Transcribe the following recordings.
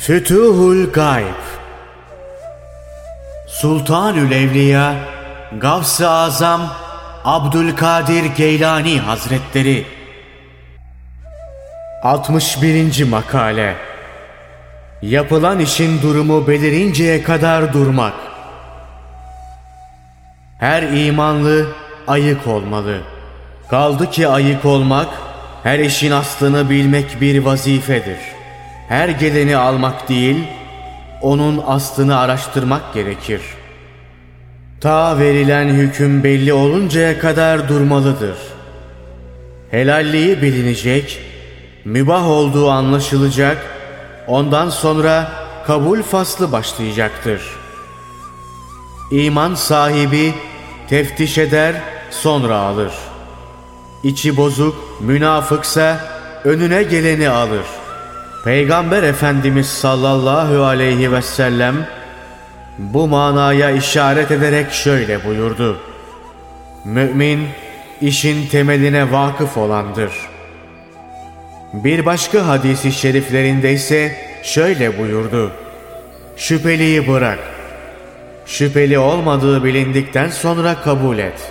Fütuhul Gayb. Sultanül Evliya Gavs-ı Azam Abdülkadir Geylani Hazretleri. 61. Makale. Yapılan işin durumu belirinceye kadar durmak. Her imanlı ayık olmalı. Kaldı ki ayık olmak, her işin aslını bilmek bir vazifedir. Her geleni almak değil, onun aslını araştırmak gerekir. Ta verilen hüküm belli oluncaya kadar durmalıdır. Helalliği bilinecek, mübah olduğu anlaşılacak, ondan sonra kabul faslı başlayacaktır. İman sahibi teftiş eder, sonra alır. İçi bozuk, münafıksa önüne geleni alır. Peygamber Efendimiz sallallahu aleyhi ve sellem bu manaya işaret ederek şöyle buyurdu: Mümin işin temeline vakıf olandır. Bir başka hadisi şeriflerinde ise şöyle buyurdu: Şüpheliyi bırak. Şüpheli olmadığı bilindikten sonra kabul et.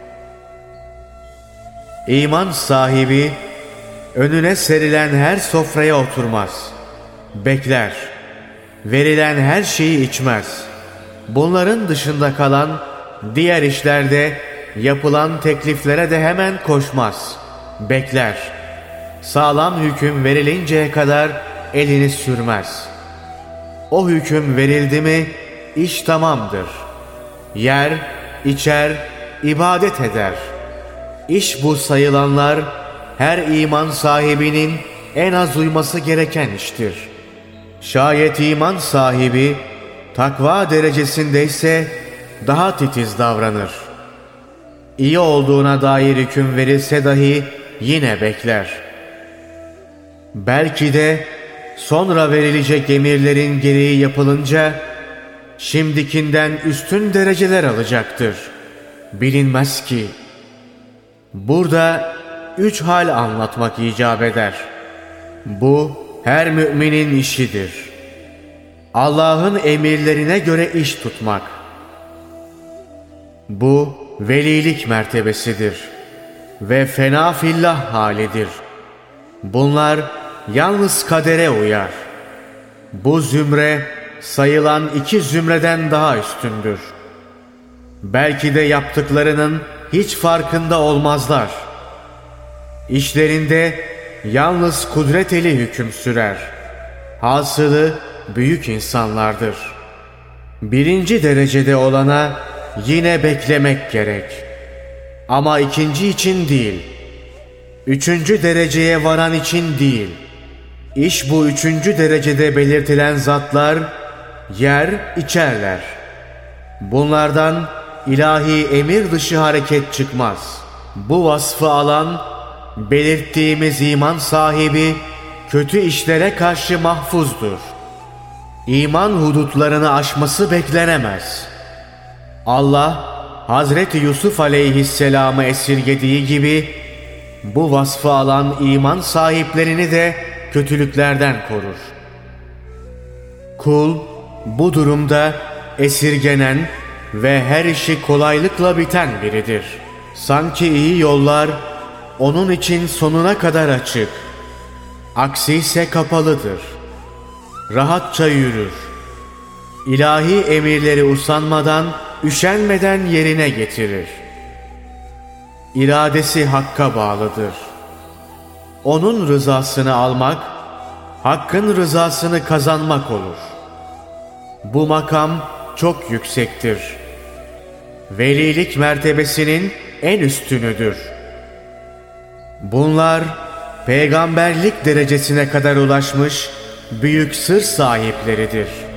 İman sahibi önüne serilen her sofraya oturmaz. Bekler. Verilen her şeyi içmez. Bunların dışında kalan diğer işlerde yapılan tekliflere de hemen koşmaz. Bekler. Sağlam hüküm verilinceye kadar elini sürmez. O hüküm verildi mi iş tamamdır. Yer, içer, ibadet eder. İş bu sayılanlar her iman sahibinin en az uyması gereken iştir. Şayet iman sahibi takva derecesindeyse daha titiz davranır. İyi olduğuna dair hüküm verilse dahi yine bekler. Belki de sonra verilecek emirlerin gereği yapılınca şimdikinden üstün dereceler alacaktır. Bilinmez ki. Burada 3 hal anlatmak icap eder. Bu her müminin işidir. Allah'ın emirlerine göre iş tutmak. Bu velilik mertebesidir ve fena fillah halidir. Bunlar yalnız kadere uyar. Bu zümre sayılan 2 zümreden daha üstündür. Belki de yaptıklarının hiç farkında olmazlar. İşlerinde yalnız kudret eli hüküm sürer. Hasılı büyük insanlardır. 1. derecede olana yine beklemek gerek. Ama 2. için değil. 3. dereceye varan için değil. İş bu 3. derecede belirtilen zatlar yer içerler. Bunlardan ilahi emir dışı hareket çıkmaz. Bu vasfı alan belirttiğimiz iman sahibi kötü işlere karşı mahfuzdur. İman hudutlarını aşması beklenemez. Allah Hazreti Yusuf aleyhisselamı esirgediği gibi bu vasfı alan iman sahiplerini de kötülüklerden korur. Kul bu durumda esirgenen ve her işi kolaylıkla biten biridir. Sanki iyi yollar onun için sonuna kadar açık. Aksi ise kapalıdır. Rahatça yürür. İlahi emirleri usanmadan, üşenmeden yerine getirir. İradesi Hakk'a bağlıdır. Onun rızasını almak, Hakk'ın rızasını kazanmak olur. Bu makam çok yüksektir. Velilik mertebesinin en üstünüdür. Bunlar peygamberlik derecesine kadar ulaşmış büyük sır sahipleridir.